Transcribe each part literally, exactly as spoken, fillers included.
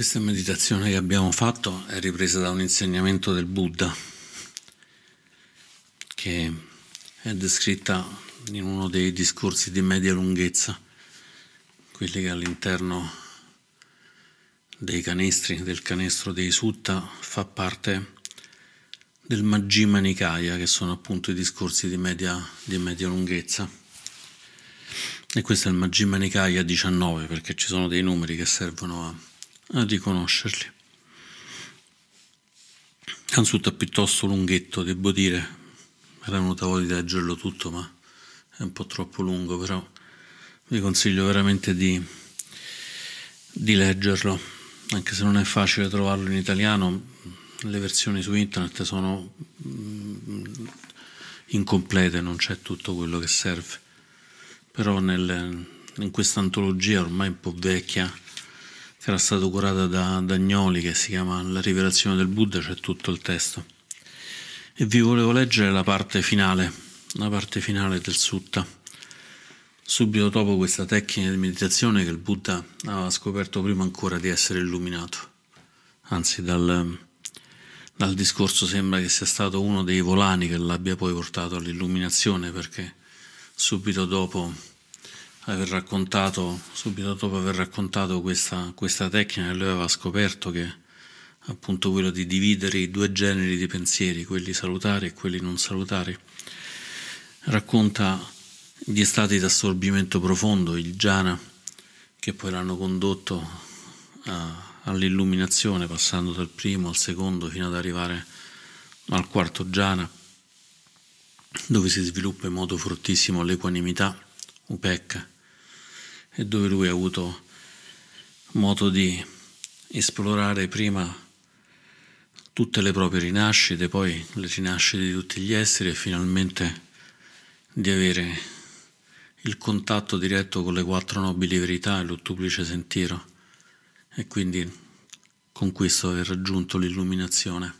Questa meditazione che abbiamo fatto è ripresa da un insegnamento del Buddha che è descritta in uno dei discorsi di media lunghezza, quelli che all'interno dei canestri, del canestro dei Sutta, fa parte del Majjhima Nikaya, che sono appunto i discorsi di media, di media lunghezza. E questo è il Majjhima Nikaya diciannove, perché ci sono dei numeri che servono a a riconoscerli. È un sutta piuttosto lunghetto, devo dire, era venuta voglia di leggerlo tutto, ma è un po' troppo lungo, però vi consiglio veramente di, di leggerlo, anche se non è facile trovarlo in italiano. Le versioni su internet sono incomplete, non c'è tutto quello che serve, però nel, in questa antologia ormai un po' vecchia, che era stata curata da, da Agnoli, che si chiama La rivelazione del Buddha, c'è tutto il testo. E vi volevo leggere la parte finale, la parte finale del Sutta, subito dopo questa tecnica di meditazione che il Buddha aveva scoperto prima ancora di essere illuminato. Anzi, dal, dal discorso sembra che sia stato uno dei volani che l'abbia poi portato all'illuminazione, perché subito dopo aver raccontato, subito dopo aver raccontato questa, questa tecnica, lui aveva scoperto che appunto quello di dividere i due generi di pensieri, quelli salutari e quelli non salutari, racconta gli stati di assorbimento profondo, il jhana, che poi l'hanno condotto a, all'illuminazione, passando dal primo al secondo fino ad arrivare al quarto jhana, dove si sviluppa in modo fortissimo l'equanimità, upekka, e dove lui ha avuto modo di esplorare prima tutte le proprie rinascite, poi le rinascite di tutti gli esseri e finalmente di avere il contatto diretto con le quattro nobili verità e l'ottuplice sentiero, e quindi con questo aver raggiunto l'illuminazione.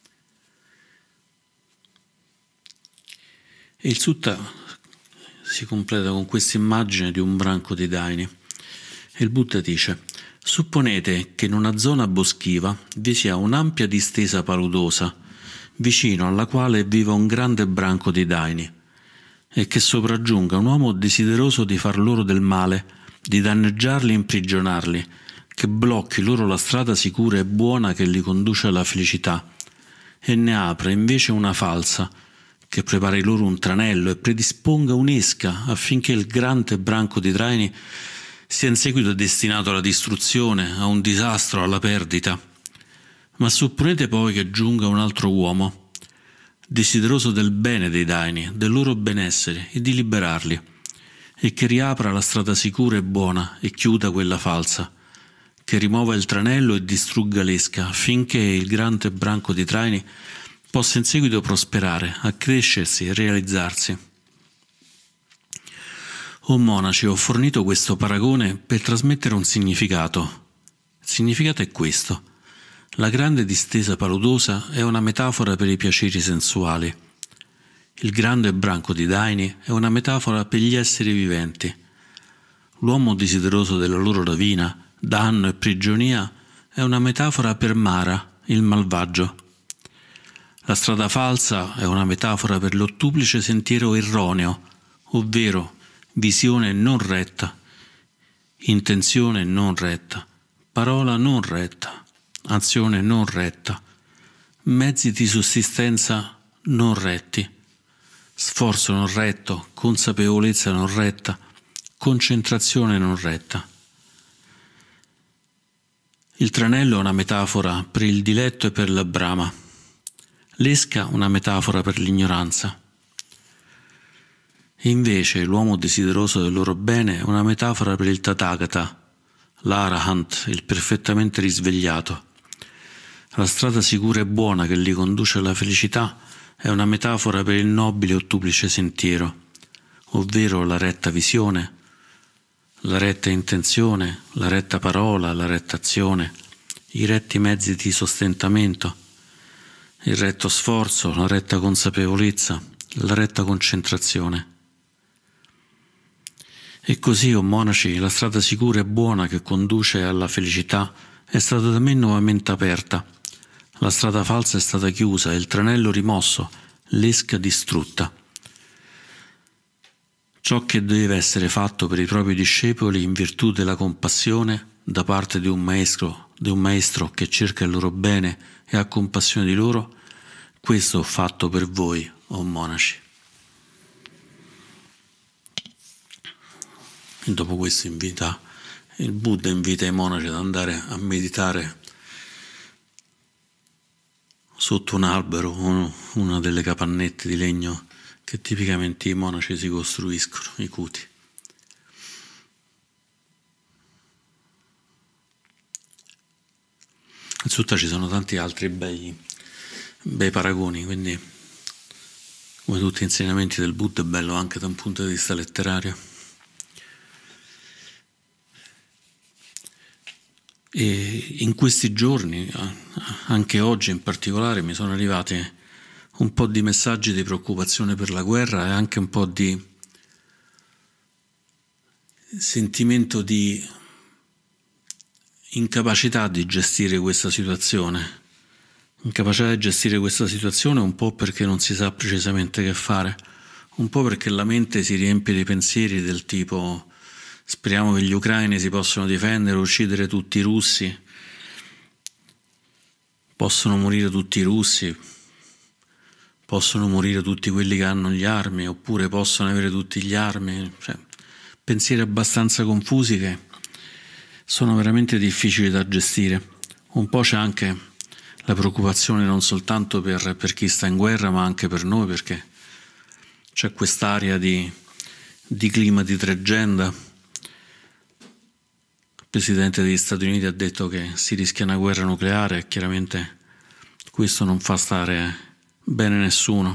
E il Sutta si completa con questa immagine di un branco di daini. E il Buddha dice: supponete che in una zona boschiva vi sia un'ampia distesa paludosa, vicino alla quale viva un grande branco di daini, e che sopraggiunga un uomo desideroso di far loro del male, di danneggiarli e imprigionarli, che blocchi loro la strada sicura e buona che li conduce alla felicità, e ne apra invece una falsa, che prepari loro un tranello e predisponga un'esca affinché il grande branco di traini sia in seguito destinato alla distruzione, a un disastro, alla perdita. Ma supponete poi che giunga un altro uomo, desideroso del bene dei daini, del loro benessere e di liberarli, e che riapra la strada sicura e buona e chiuda quella falsa, che rimuova il tranello e distrugga l'esca affinché il grande branco di traini possa in seguito prosperare, accrescersi e realizzarsi. O monaci, ho fornito questo paragone per trasmettere un significato. Il significato è questo: la grande distesa paludosa è una metafora per i piaceri sensuali. Il grande branco di daini è una metafora per gli esseri viventi. L'uomo desideroso della loro rovina, danno e prigionia è una metafora per Mara, il malvagio. La strada falsa è una metafora per l'ottuplice sentiero erroneo, ovvero visione non retta, intenzione non retta, parola non retta, azione non retta, mezzi di sussistenza non retti, sforzo non retto, consapevolezza non retta, concentrazione non retta. Il tranello è una metafora per il diletto e per la brama. L'esca una metafora per l'ignoranza. E invece l'uomo desideroso del loro bene è una metafora per il Tathagata, l'Arahant, il perfettamente risvegliato. La strada sicura e buona che li conduce alla felicità è una metafora per il nobile ottuplice sentiero, ovvero la retta visione, la retta intenzione, la retta parola, la retta azione, i retti mezzi di sostentamento, il retto sforzo, la retta consapevolezza, la retta concentrazione. E così, o monaci, la strada sicura e buona che conduce alla felicità è stata da me nuovamente aperta, la strada falsa è stata chiusa, il tranello rimosso, l'esca distrutta. Ciò che doveva essere fatto per i propri discepoli in virtù della compassione da parte di un maestro, di un maestro che cerca il loro bene e ha compassione di loro, questo ho fatto per voi, o monaci. E dopo questo invita, il Buddha invita i monaci ad andare a meditare sotto un albero, una delle capannette di legno che tipicamente i monaci si costruiscono, i kuti. In Sutta ci sono tanti altri bei, bei paragoni, quindi come tutti gli insegnamenti del Buddha è bello anche da un punto di vista letterario. E in questi giorni, anche oggi in particolare, mi sono arrivati un po' di messaggi di preoccupazione per la guerra e anche un po' di sentimento di incapacità di gestire questa situazione. Incapacità di gestire questa situazione un po' perché non si sa precisamente che fare, un po' perché la mente si riempie di pensieri del tipo speriamo che gli ucraini si possano difendere, uccidere tutti i russi, possono morire tutti i russi, possono morire tutti quelli che hanno gli armi, oppure possono avere tutti gli armi, cioè, pensieri abbastanza confusi che sono veramente difficili da gestire. Un po' c'è anche la preoccupazione non soltanto per, per chi sta in guerra, ma anche per noi, perché c'è quest'area di, di clima di tregenda. Il Presidente degli Stati Uniti ha detto che si rischia una guerra nucleare e chiaramente questo non fa stare bene nessuno.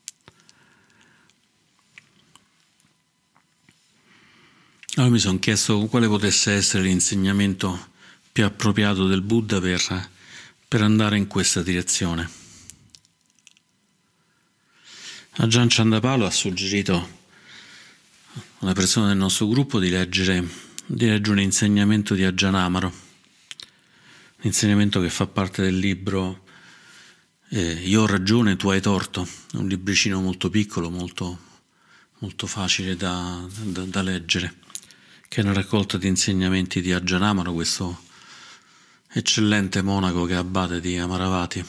Allora mi sono chiesto quale potesse essere l'insegnamento più appropriato del Buddha per, per andare in questa direzione. Ajahn Chandapalo ha suggerito a una persona del nostro gruppo di leggere di leggere un insegnamento di Ajahn Amaro, un insegnamento che fa parte del libro eh, Io ho ragione, tu hai torto, è un libricino molto piccolo, molto, molto facile da, da, da leggere, che è una raccolta di insegnamenti di Ajahn Amaro, questo eccellente monaco che è abate di Amaravati,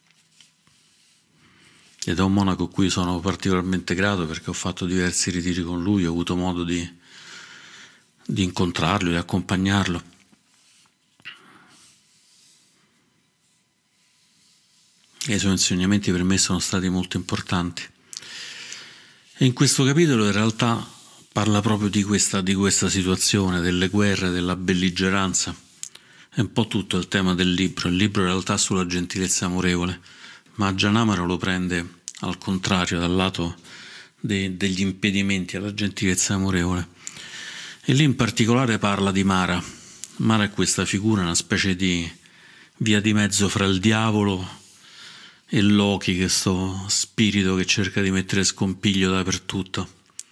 ed è un monaco a cui sono particolarmente grato perché ho fatto diversi ritiri con lui, ho avuto modo di di incontrarlo, di accompagnarlo. E i suoi insegnamenti per me sono stati molto importanti. E in questo capitolo in realtà parla proprio di questa, di questa situazione, delle guerre, della belligeranza. È un po' tutto il tema del libro. Il libro in realtà è sulla gentilezza amorevole, ma Ajahn Amaro lo prende al contrario, dal lato de, degli impedimenti alla gentilezza amorevole. E lì in particolare parla di Mara. Mara è questa figura, una specie di via di mezzo fra il diavolo e Loki, questo spirito che cerca di mettere scompiglio dappertutto,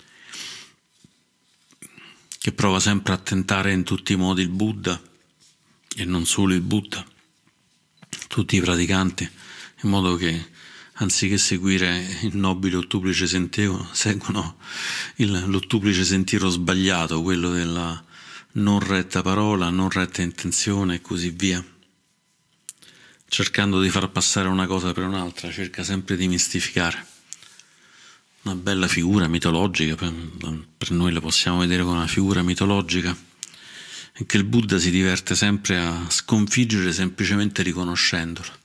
che prova sempre a tentare in tutti i modi il Buddha, e non solo il Buddha, tutti i praticanti, in modo che anziché seguire il nobile ottuplice sentiero, seguono il, l'ottuplice sentiero sbagliato, quello della non retta parola, non retta intenzione e così via. Cercando di far passare una cosa per un'altra, cerca sempre di mistificare. Una bella figura mitologica, per, per noi la possiamo vedere come una figura mitologica, e che il Buddha si diverte sempre a sconfiggere semplicemente riconoscendolo.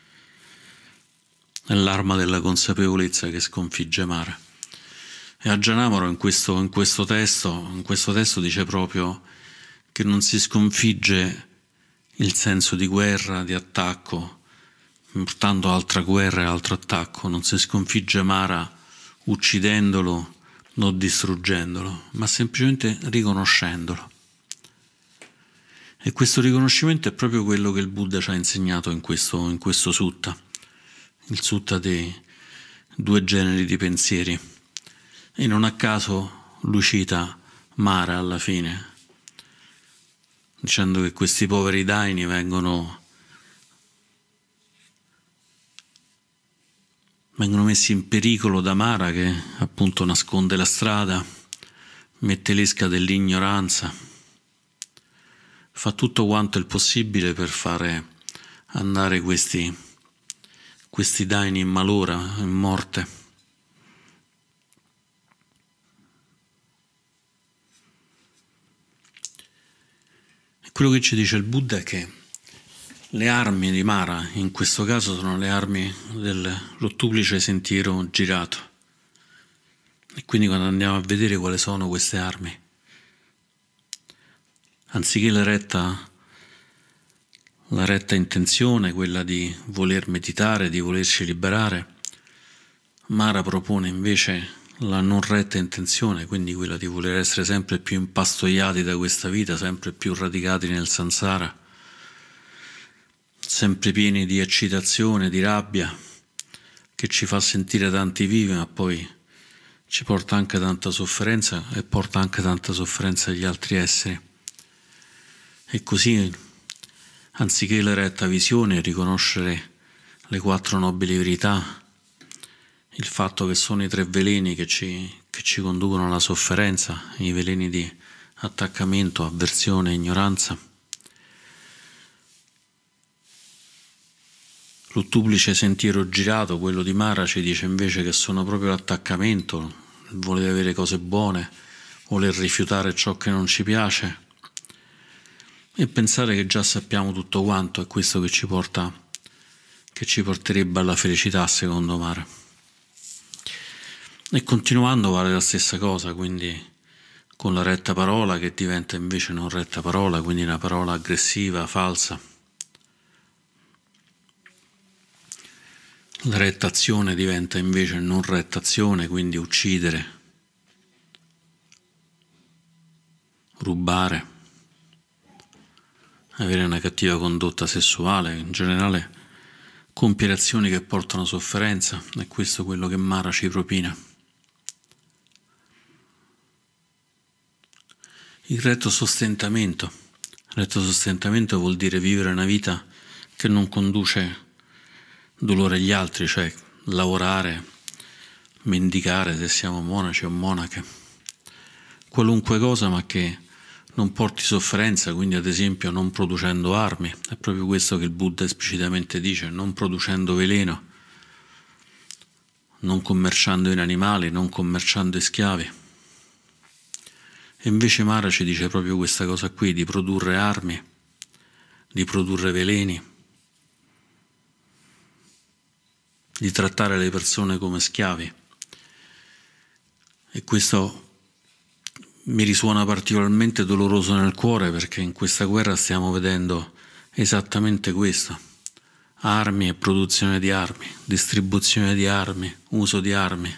È l'arma della consapevolezza che sconfigge Mara. E Ajahn Amaro in questo, in questo testo, in questo testo dice proprio che non si sconfigge il senso di guerra, di attacco, portando altra guerra e altro attacco, non si sconfigge Mara uccidendolo, non distruggendolo, ma semplicemente riconoscendolo. E questo riconoscimento è proprio quello che il Buddha ci ha insegnato in questo, in questo sutta. Il sutta dei due generi di pensieri, e non a caso lui cita Mara alla fine, dicendo che questi poveri daini vengono, vengono messi in pericolo da Mara, che appunto nasconde la strada, mette l'esca dell'ignoranza, fa tutto quanto è il possibile per fare andare questi, questi daini in malora, in morte. Quello che ci dice il Buddha è che le armi di Mara, in questo caso, sono le armi dell'ottuplice sentiero girato. E quindi quando andiamo a vedere quali sono queste armi, anziché la retta, la retta intenzione, quella di voler meditare, di volerci liberare, Mara propone invece la non retta intenzione, quindi quella di voler essere sempre più impastoiati da questa vita, sempre più radicati nel samsara, sempre pieni di eccitazione, di rabbia, che ci fa sentire tanti vivi, ma poi ci porta anche tanta sofferenza e porta anche tanta sofferenza agli altri esseri. E così, anziché la retta visione, riconoscere le quattro nobili verità, il fatto che sono i tre veleni che ci, che ci conducono alla sofferenza, i veleni di attaccamento, avversione e ignoranza. L'ottuplice sentiero girato, quello di Mara, ci dice invece che sono proprio l'attaccamento, il voler avere cose buone, voler rifiutare ciò che non ci piace e pensare che già sappiamo tutto quanto, è questo che ci porta, che ci porterebbe alla felicità, secondo Mara. E continuando vale la stessa cosa, quindi con la retta parola che diventa invece non retta parola, quindi una parola aggressiva, falsa. La retta azione diventa invece non retta azione, quindi uccidere, rubare, avere una cattiva condotta sessuale, in generale compiere azioni che portano sofferenza. È questo quello che Mara ci propina. Il retto sostentamento. Il retto sostentamento vuol dire vivere una vita che non conduce dolore agli altri, cioè lavorare, mendicare se siamo monaci o monache, qualunque cosa ma che non porti sofferenza, quindi ad esempio non producendo armi, è proprio questo che il Buddha esplicitamente dice, non producendo veleno, non commerciando in animali, non commerciando in schiavi. E invece Mara ci dice proprio questa cosa qui, di produrre armi, di produrre veleni, di trattare le persone come schiavi. E questo mi risuona particolarmente doloroso nel cuore, perché in questa guerra stiamo vedendo esattamente questo: armi e produzione di armi, distribuzione di armi, uso di armi.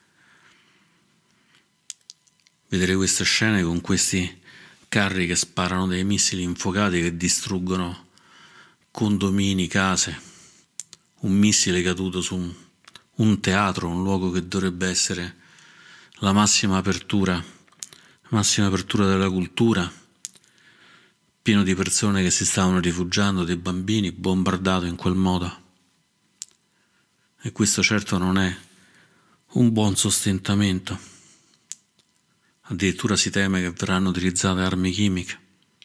Vedere queste scene con questi carri che sparano dei missili infuocati che distruggono condomini, case, un missile caduto su un, un teatro, un luogo che dovrebbe essere la massima apertura, massima apertura della cultura, pieno di persone che si stavano rifugiando, dei bambini, bombardato in quel modo. E questo certo non è un buon sostentamento. Addirittura si teme che verranno utilizzate armi chimiche.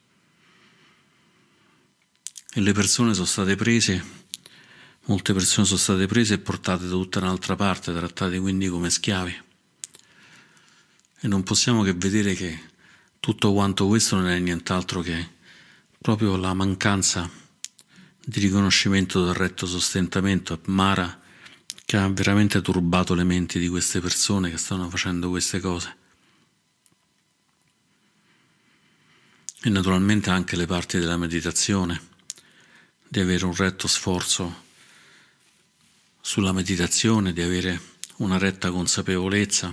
E le persone sono state prese, molte persone sono state prese e portate da tutta un'altra parte, trattate quindi come schiavi. E non possiamo che vedere che tutto quanto questo non è nient'altro che proprio la mancanza di riconoscimento del retto sostentamento, Mara, che ha veramente turbato le menti di queste persone che stanno facendo queste cose. E naturalmente anche le parti della meditazione, di avere un retto sforzo sulla meditazione, di avere una retta consapevolezza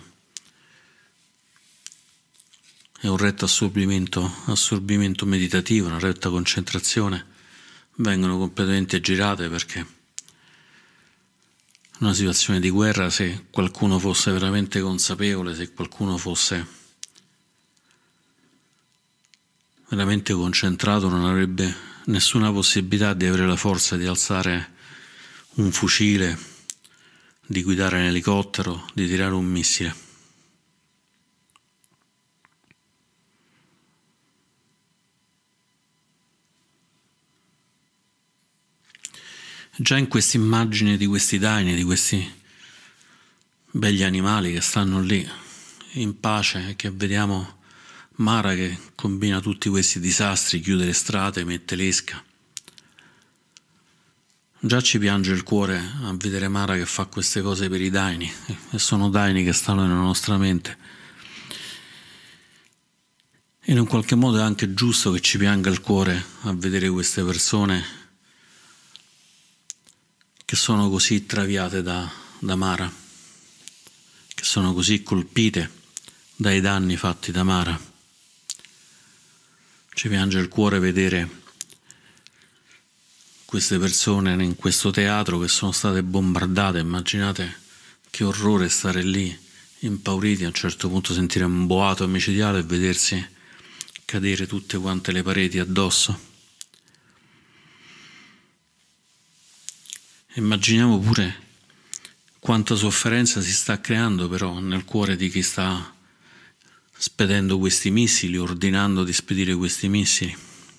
e un retto assorbimento, assorbimento meditativo, una retta concentrazione, vengono completamente girate, perché in una situazione di guerra, se qualcuno fosse veramente consapevole, se qualcuno fosse veramente concentrato non avrebbe nessuna possibilità di avere la forza di alzare un fucile, di guidare un elicottero, di tirare un missile. Già in questa immagine di questi daini, di questi begli animali che stanno lì in pace e che vediamo Mara che combina tutti questi disastri, chiude le strade, mette l'esca. Già ci piange il cuore a vedere Mara che fa queste cose per i daini, e sono daini che stanno nella nostra mente. E in un qualche modo è anche giusto che ci pianga il cuore a vedere queste persone che sono così traviate da, da Mara, che sono così colpite dai danni fatti da Mara. Ci piange il cuore vedere queste persone in questo teatro che sono state bombardate. Immaginate che orrore stare lì impauriti, a un certo punto sentire un boato micidiale e vedersi cadere tutte quante le pareti addosso. Immaginiamo pure quanta sofferenza si sta creando però nel cuore di chi sta spedendo questi missili, ordinando di spedire questi missili.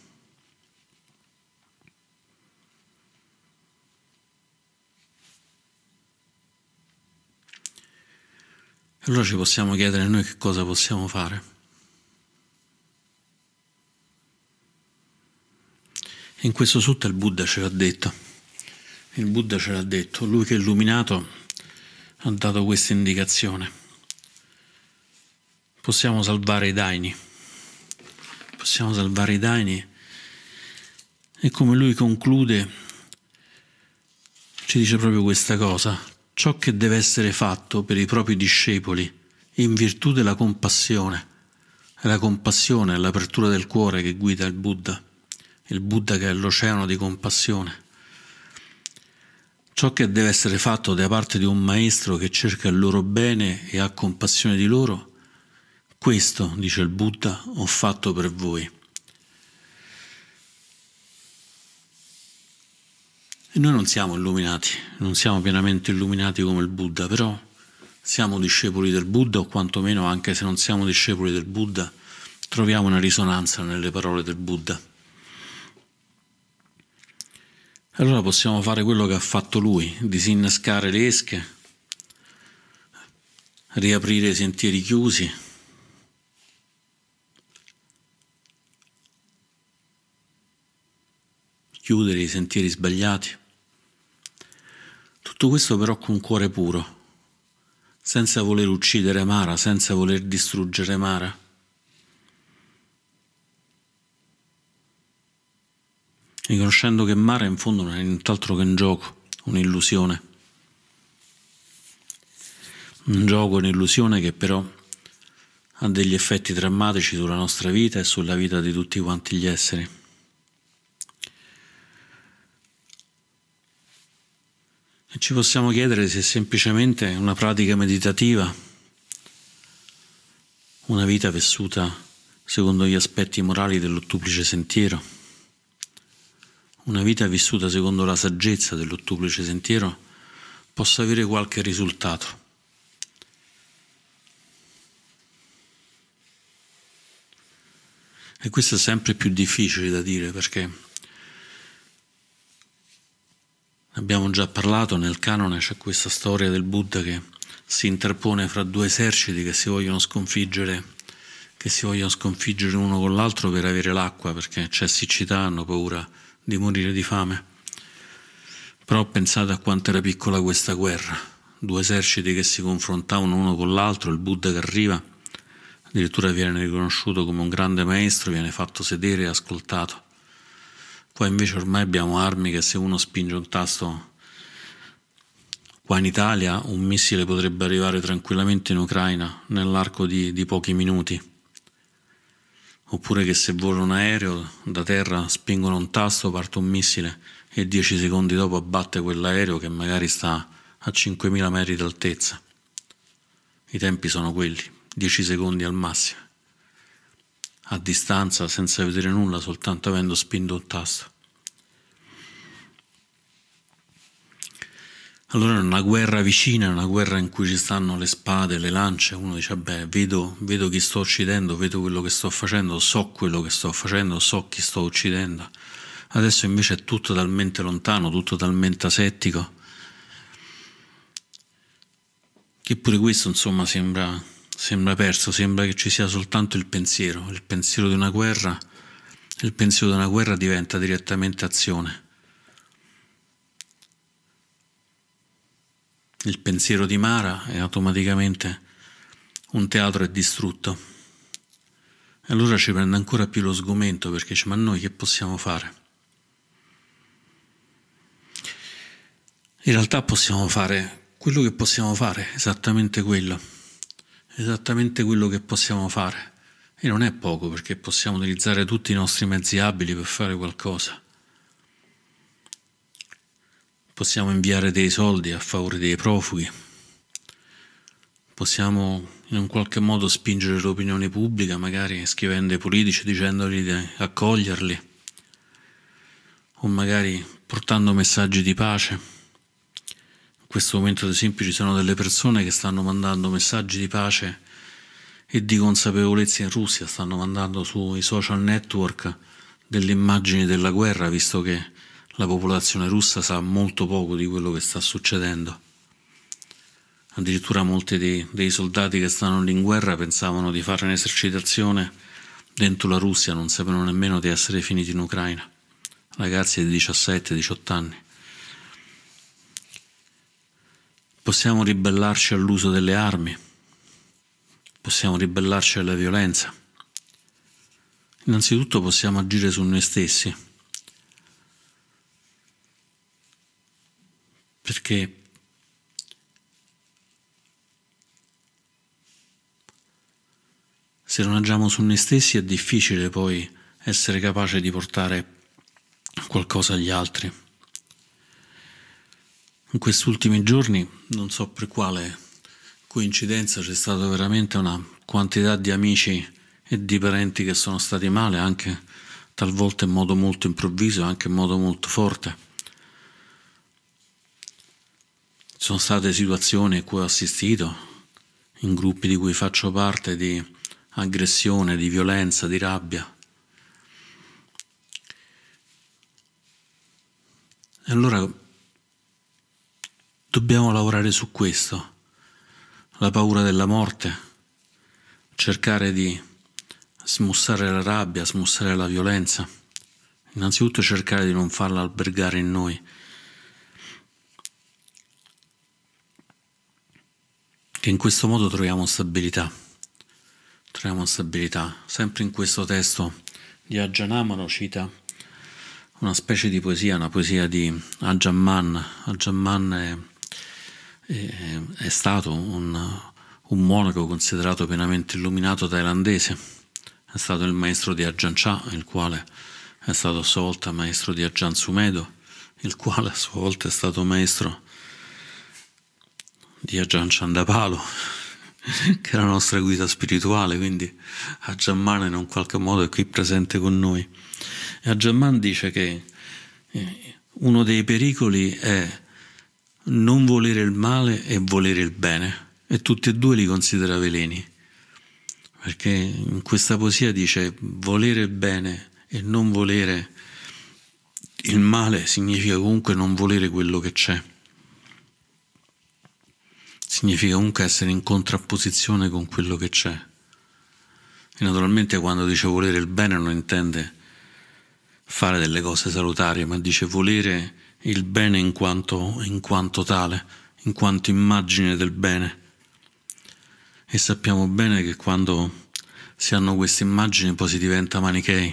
Allora ci possiamo chiedere noi che cosa possiamo fare. E in questo sutta il Buddha ce l'ha detto. Il Buddha ce l'ha detto, lui che è illuminato ha dato questa indicazione. Possiamo salvare i daini, possiamo salvare i daini e come lui conclude ci dice proprio questa cosa: ciò che deve essere fatto per i propri discepoli in virtù della compassione. È la compassione, è l'apertura del cuore che guida il Buddha, il Buddha che è l'oceano di compassione. Ciò che deve essere fatto da parte di un maestro che cerca il loro bene e ha compassione di loro, questo, dice il Buddha, ho fatto per voi. E noi non siamo illuminati, non siamo pienamente illuminati come il Buddha, però siamo discepoli del Buddha, o quantomeno, anche se non siamo discepoli del Buddha, troviamo una risonanza nelle parole del Buddha. Allora possiamo fare quello che ha fatto lui, disinnescare le esche, riaprire i sentieri chiusi, chiudere i sentieri sbagliati. Tutto questo però con un cuore puro, senza voler uccidere Mara, senza voler distruggere Mara. Riconoscendo che Mara in fondo non è nient'altro che un gioco, un'illusione. Un gioco, un'illusione che però ha degli effetti drammatici sulla nostra vita e sulla vita di tutti quanti gli esseri. E ci possiamo chiedere se è semplicemente una pratica meditativa, una vita vissuta secondo gli aspetti morali dell'ottuplice sentiero, una vita vissuta secondo la saggezza dell'ottuplice sentiero, possa avere qualche risultato. E questo è sempre più difficile da dire, perché abbiamo già parlato, nel canone c'è questa storia del Buddha che si interpone fra due eserciti che si vogliono sconfiggere, che si vogliono sconfiggere uno con l'altro per avere l'acqua, perché c'è siccità, hanno paura di morire di fame. Però pensate a quanto era piccola questa guerra, due eserciti che si confrontavano uno con l'altro, il Buddha che arriva, addirittura viene riconosciuto come un grande maestro, viene fatto sedere e ascoltato. Qua invece ormai abbiamo armi che se uno spinge un tasto, qua in Italia un missile potrebbe arrivare tranquillamente in Ucraina nell'arco di, di pochi minuti. Oppure che se vola un aereo da terra spingono un tasto, parte un missile e dieci secondi dopo abbatte quell'aereo che magari sta a cinquemila metri d'altezza. I tempi sono quelli, dieci secondi al massimo. a distanza, senza vedere nulla, soltanto avendo spinto un tasto. Allora, una guerra vicina, una guerra in cui ci stanno le spade, le lance, uno dice, beh, vedo, vedo chi sto uccidendo, vedo quello che sto facendo, so quello che sto facendo, so chi sto uccidendo. Adesso invece è tutto talmente lontano, tutto talmente asettico, che pure questo, insomma, sembra, sembra perso, sembra che ci sia soltanto il pensiero, il pensiero di una guerra, il pensiero di una guerra diventa direttamente azione. Il pensiero di Mara è automaticamente un teatro è distrutto. E allora ci prende ancora più lo sgomento, perché dice, ma noi che possiamo fare? In realtà possiamo fare quello che possiamo fare, esattamente quello, esattamente quello che possiamo fare. E non è poco, perché possiamo utilizzare tutti i nostri mezzi abili per fare qualcosa. Possiamo inviare dei soldi a favore dei profughi, possiamo in un qualche modo spingere l'opinione pubblica, magari scrivendo ai politici, dicendogli di accoglierli, o magari portando messaggi di pace. In questo momento, ad esempio, ci sono delle persone che stanno mandando messaggi di pace e di consapevolezza in Russia, stanno mandando sui social network delle immagini della guerra, visto che la popolazione russa sa molto poco di quello che sta succedendo. Addirittura molti dei, dei soldati che stanno lì in guerra pensavano di fare un'esercitazione dentro la Russia, non sapevano nemmeno di essere finiti in Ucraina. Ragazzi di diciassette diciotto anni. Possiamo ribellarci all'uso delle armi, possiamo ribellarci alla violenza. Innanzitutto possiamo agire su noi stessi, perché se non agiamo su noi stessi è difficile poi essere capaci di portare qualcosa agli altri. In questi ultimi giorni, non so per quale coincidenza, c'è stata veramente una quantità di amici e di parenti che sono stati male, anche talvolta in modo molto improvviso, anche in modo molto forte. Ci sono state situazioni a cui ho assistito, in gruppi di cui faccio parte, di aggressione, di violenza, di rabbia. E allora dobbiamo lavorare su questo, la paura della morte, cercare di smussare la rabbia, smussare la violenza, innanzitutto cercare di non farla albergare in noi. Che in questo modo troviamo stabilità, troviamo stabilità. Sempre in questo testo di Ajanamano cita una specie di poesia, una poesia di Ajamman. Ajamman è, è, è stato un, un monaco considerato pienamente illuminato thailandese, è stato il maestro di Ajahn Chah, il quale è stato a sua volta maestro di Ajahn Sumedho, il quale a sua volta è stato maestro di Ajahn Chandapalo, che è la nostra guida spirituale, quindi Ajahn in un qualche modo è qui presente con noi. E Ajahn dice che uno dei pericoli è non volere il male e volere il bene, e tutti e due li considera veleni, perché in questa poesia dice volere il bene e non volere il male significa comunque non volere quello che c'è. Significa comunque essere in contrapposizione con quello che c'è. E naturalmente quando dice volere il bene non intende fare delle cose salutari, ma dice volere il bene in quanto, in quanto tale, in quanto immagine del bene. E sappiamo bene che quando si hanno queste immagini poi si diventa manichei.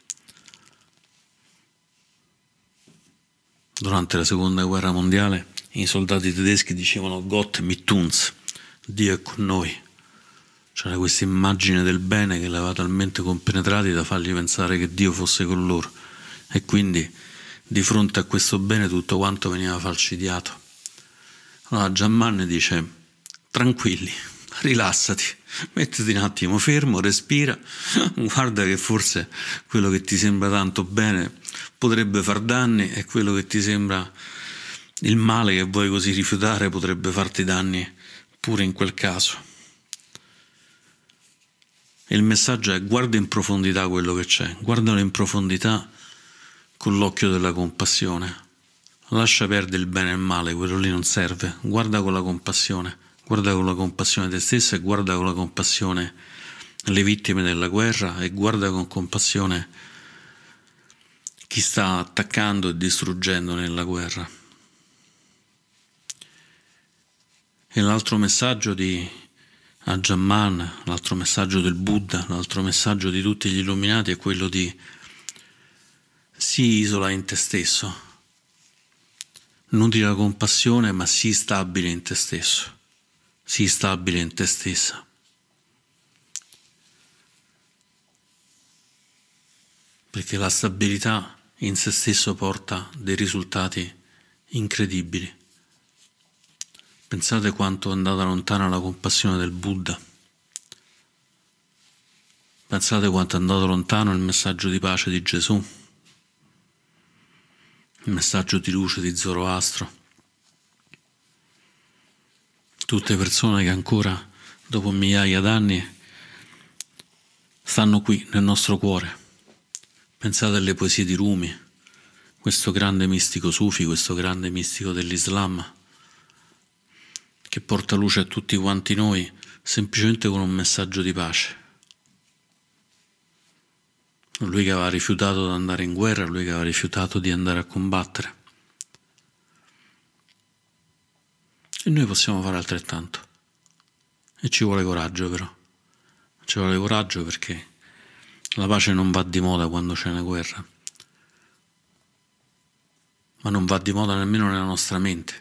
Durante la seconda guerra mondiale i soldati tedeschi dicevano Gott mit uns, Dio è con noi. C'era questa immagine del bene che li aveva talmente compenetrati da fargli pensare che Dio fosse con loro, e quindi di fronte a questo bene tutto quanto veniva falcidiato. Allora Jamman dice tranquilli, rilassati, mettiti un attimo fermo, respira, guarda che forse quello che ti sembra tanto bene potrebbe far danni e quello che ti sembra il male che vuoi così rifiutare potrebbe farti danni pure in quel caso. E il messaggio è: guarda in profondità quello che c'è, guardalo in profondità con l'occhio della compassione. Lascia perdere il bene e il male, quello lì non serve. Guarda con la compassione, guarda con la compassione te stessa e guarda con la compassione le vittime della guerra e guarda con compassione chi sta attaccando e distruggendo nella guerra. E l'altro messaggio di Ajahn, l'altro messaggio del Buddha, l'altro messaggio di tutti gli illuminati è quello di: sii isola in te stesso, nutri la compassione, ma sii stabile in te stesso, sii stabile in te stessa. Perché la stabilità in se stesso porta dei risultati incredibili. Pensate quanto è andata lontana la compassione del Buddha. Pensate quanto è andato lontano il messaggio di pace di Gesù, il messaggio di luce di Zoroastro. Tutte persone che ancora, dopo migliaia d'anni, stanno qui nel nostro cuore. Pensate alle poesie di Rumi, questo grande mistico sufi, questo grande mistico dell'Islam, che porta luce a tutti quanti noi semplicemente con un messaggio di pace. Lui che aveva rifiutato di andare in guerra, lui che aveva rifiutato di andare a combattere. E noi possiamo fare altrettanto. E ci vuole coraggio però. Ci vuole coraggio perché la pace non va di moda quando c'è una guerra. Ma non va di moda nemmeno nella nostra mente.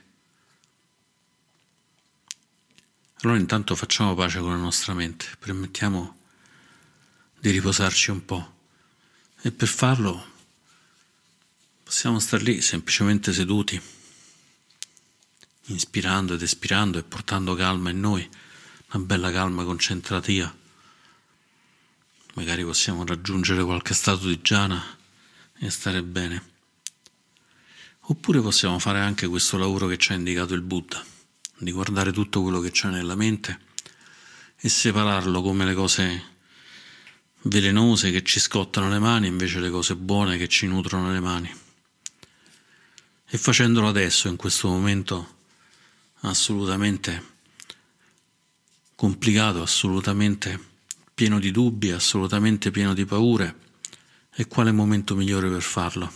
Allora intanto facciamo pace con la nostra mente, permettiamo di riposarci un po'. E per farlo possiamo star lì semplicemente seduti, inspirando ed espirando e portando calma in noi, una bella calma concentrativa. Magari possiamo raggiungere qualche stato di jhana e stare bene. Oppure possiamo fare anche questo lavoro che ci ha indicato il Buddha, di guardare tutto quello che c'è nella mente e separarlo come le cose velenose che ci scottano le mani, invece le cose buone che ci nutrono le mani. E facendolo adesso, in questo momento assolutamente complicato, assolutamente pieno di dubbi, assolutamente pieno di paure, e quale momento migliore per farlo?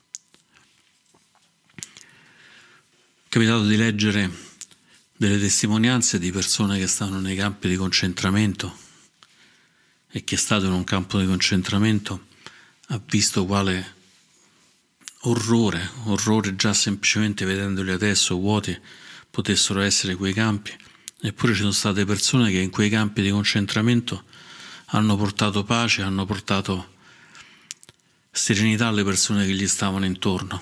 È capitato di leggere delle testimonianze di persone che stavano nei campi di concentramento, e chi è stato in un campo di concentramento ha visto quale orrore, orrore già semplicemente vedendoli adesso vuoti potessero essere quei campi. Eppure ci sono state persone che in quei campi di concentramento hanno portato pace, hanno portato serenità alle persone che gli stavano intorno.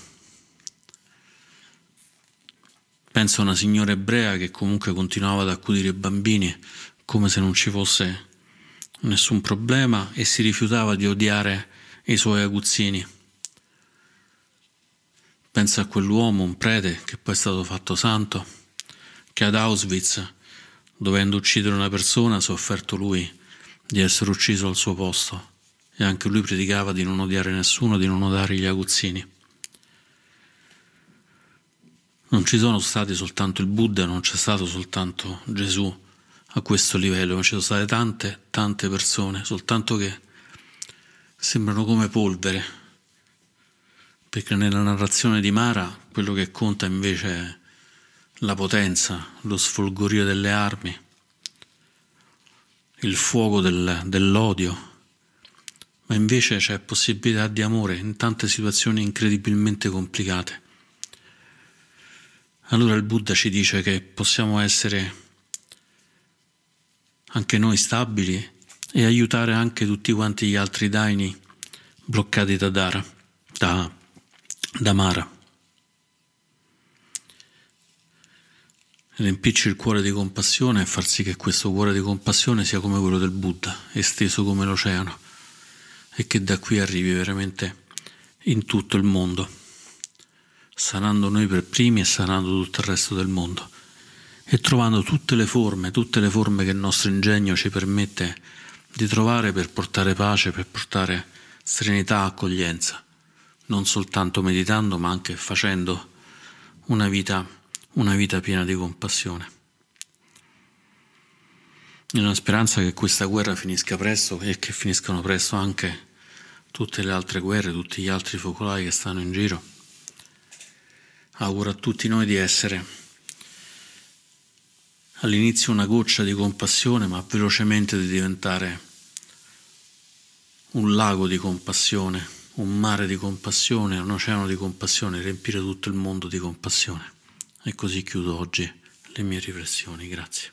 Penso a una signora ebrea che comunque continuava ad accudire i bambini come se non ci fosse nessun problema e si rifiutava di odiare i suoi aguzzini. Penso a quell'uomo, un prete, che poi è stato fatto santo, che ad Auschwitz, dovendo uccidere una persona, ha sofferto lui di essere ucciso al suo posto, e anche lui predicava di non odiare nessuno, di non odiare gli aguzzini. Non ci sono stati soltanto il Buddha, non c'è stato soltanto Gesù a questo livello, ma ci sono state tante, tante persone, soltanto che sembrano come polvere, perché nella narrazione di Mara quello che conta invece è la potenza, lo sfolgorire delle armi, il fuoco del, dell'odio, ma invece c'è possibilità di amore in tante situazioni incredibilmente complicate. Allora il Buddha ci dice che possiamo essere anche noi stabili e aiutare anche tutti quanti gli altri daini bloccati da Dara, da, da Mara. riempirci il cuore di compassione e far sì che questo cuore di compassione sia come quello del Buddha, esteso come l'oceano, e che da qui arrivi veramente in tutto il mondo, sanando noi per primi e sanando tutto il resto del mondo, e trovando tutte le forme, tutte le forme che il nostro ingegno ci permette di trovare per portare pace, per portare serenità, accoglienza, non soltanto meditando ma anche facendo una vita, una vita piena di compassione. In una speranza che questa guerra finisca presto e che finiscano presto anche tutte le altre guerre, tutti gli altri focolai che stanno in giro, auguro a tutti noi di essere all'inizio una goccia di compassione, ma velocemente di diventare un lago di compassione, un mare di compassione, un oceano di compassione, riempire tutto il mondo di compassione. E così chiudo oggi le mie riflessioni. Grazie.